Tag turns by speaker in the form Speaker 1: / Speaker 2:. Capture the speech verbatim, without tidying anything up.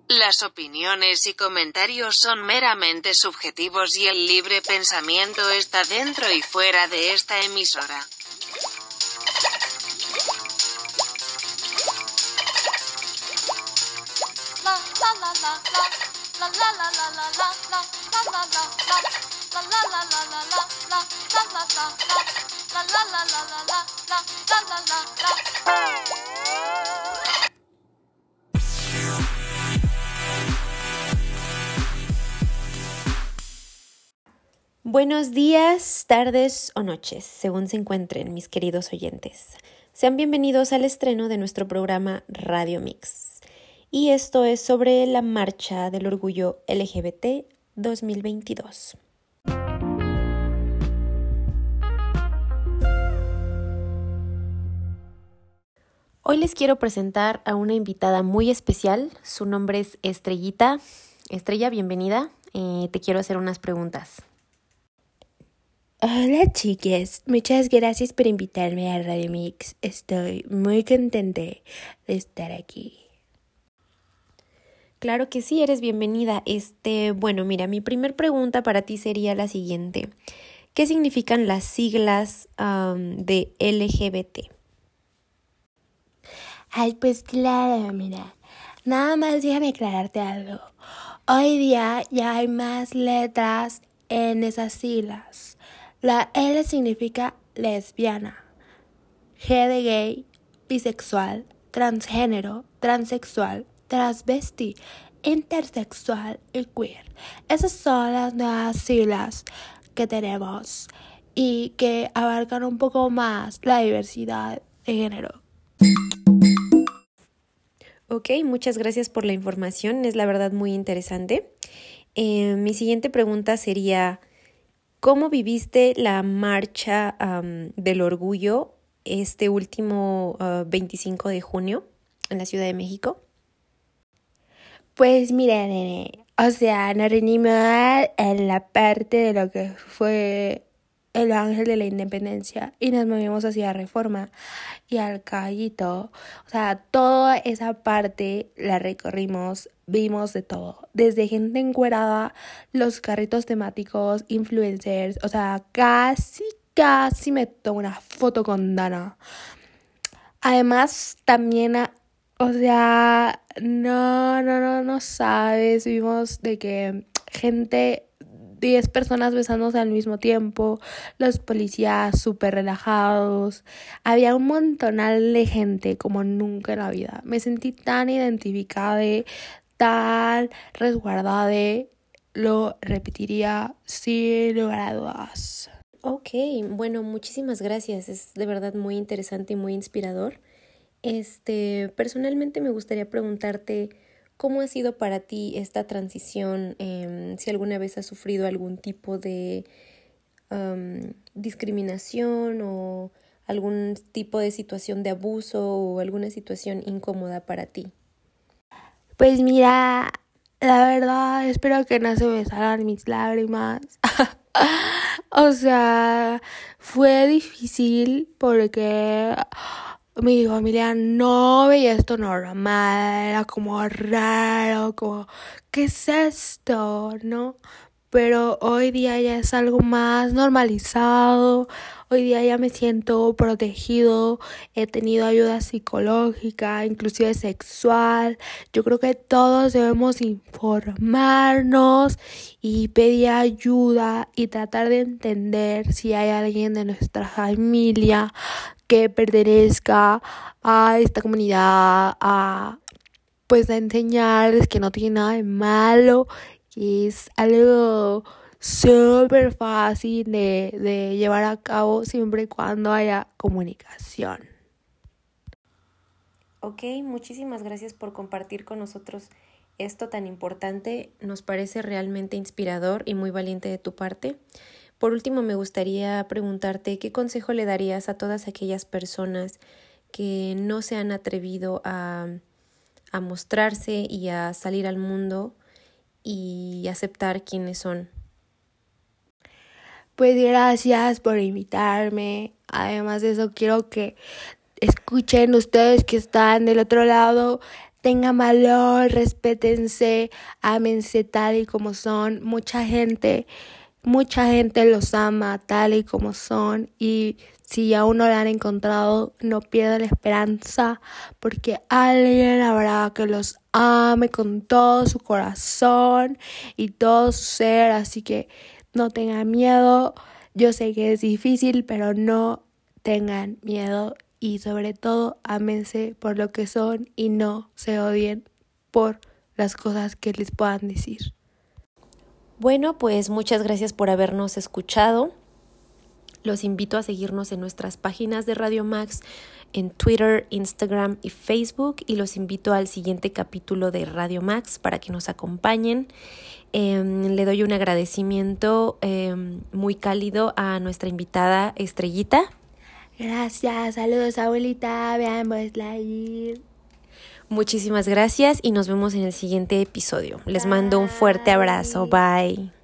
Speaker 1: Las opiniones y comentarios son meramente subjetivos y el libre pensamiento está dentro y fuera de esta emisora.
Speaker 2: Buenos días, tardes o noches, según se encuentren mis queridos oyentes. Sean bienvenidos al estreno de nuestro programa Radio Mix. Y esto es sobre la Marcha del Orgullo L G B T dos mil veintidós. Hoy les quiero presentar a una invitada muy especial. Su nombre es Estrellita. Estrella, bienvenida. Eh, te quiero hacer unas preguntas.
Speaker 3: Hola chiques, muchas gracias por invitarme a Radio Mix. Estoy muy contenta de estar aquí.
Speaker 2: Claro que sí, eres bienvenida. Este, bueno, mira, mi primer pregunta para ti sería la siguiente. ¿Qué significan las siglas um, de L G B T?
Speaker 3: Ay, pues claro, mira. Nada más déjame aclararte algo. Hoy día ya hay más letras en esas siglas. La L significa lesbiana, G de gay, bisexual, transgénero, transexual, transvesti, intersexual y queer. Esas son las nuevas siglas que tenemos y que abarcan un poco más la diversidad de género.
Speaker 2: Ok, muchas gracias por la información, es la verdad muy interesante. Eh, mi siguiente pregunta sería, ¿cómo viviste la marcha um, del orgullo este último uh, veinticinco de junio en la Ciudad de México?
Speaker 3: Pues mira, nene, o sea, nos reunimos en la parte de lo que fue el Ángel de la Independencia y nos movimos hacia Reforma y al Caballito. O sea, toda esa parte la recorrimos, vimos de todo, desde gente encuerada, los carritos temáticos, influencers, o sea, casi, casi me tomo una foto con Dana. Además, también, o sea, no, no, no, no sabes, vimos de que gente, diez personas besándose al mismo tiempo, los policías súper relajados, había un montonal de gente como nunca en la vida. Me sentí tan identificada, tan resguardada, lo repetiría sin lugar a dudas.
Speaker 2: Ok, bueno, muchísimas gracias, es de verdad muy interesante y muy inspirador. Este, personalmente me gustaría preguntarte cómo ha sido para ti esta transición, eh, si alguna vez has sufrido algún tipo de um, discriminación o algún tipo de situación de abuso o alguna situación incómoda para ti.
Speaker 3: Pues mira, la verdad espero que no se me salgan mis lágrimas. O sea, fue difícil porque mi familia no veía esto normal, era como raro, como, ¿qué es esto? ¿No? Pero hoy día ya es algo más normalizado, hoy día ya me siento protegido, he tenido ayuda psicológica, inclusive sexual. Yo creo que todos debemos informarnos y pedir ayuda y tratar de entender si hay alguien de nuestra familia que pertenezca a esta comunidad, a pues a enseñarles que no tiene nada de malo, que es algo súper fácil de, de llevar a cabo siempre y cuando haya comunicación.
Speaker 2: Ok, muchísimas gracias por compartir con nosotros esto tan importante. Nos parece realmente inspirador y muy valiente de tu parte. Por último, me gustaría preguntarte qué consejo le darías a todas aquellas personas que no se han atrevido a, a mostrarse y a salir al mundo y aceptar quiénes son.
Speaker 3: Pues gracias por invitarme. Además de eso, quiero que escuchen ustedes que están del otro lado tengan valor, respétense, ámense tal y como son. Mucha gente, mucha gente los ama tal y como son, y si aún no la han encontrado, no pierdan la esperanza, porque alguien habrá que los ame con todo su corazón y todo su ser, así que no tengan miedo. Yo sé que es difícil, pero no tengan miedo y sobre todo ámense por lo que son y no se odien por las cosas que les puedan decir.
Speaker 2: Bueno, pues muchas gracias por habernos escuchado. Los invito a seguirnos en nuestras páginas de Radio Max, en Twitter, Instagram y Facebook, y los invito al siguiente capítulo de Radio Max para que nos acompañen. Eh, le doy un agradecimiento eh, muy cálido a nuestra invitada Estrellita.
Speaker 3: Gracias, saludos abuelita, vean Buzz Lightyear.
Speaker 2: Muchísimas gracias y nos vemos en el siguiente episodio. Les mando un fuerte abrazo. Bye.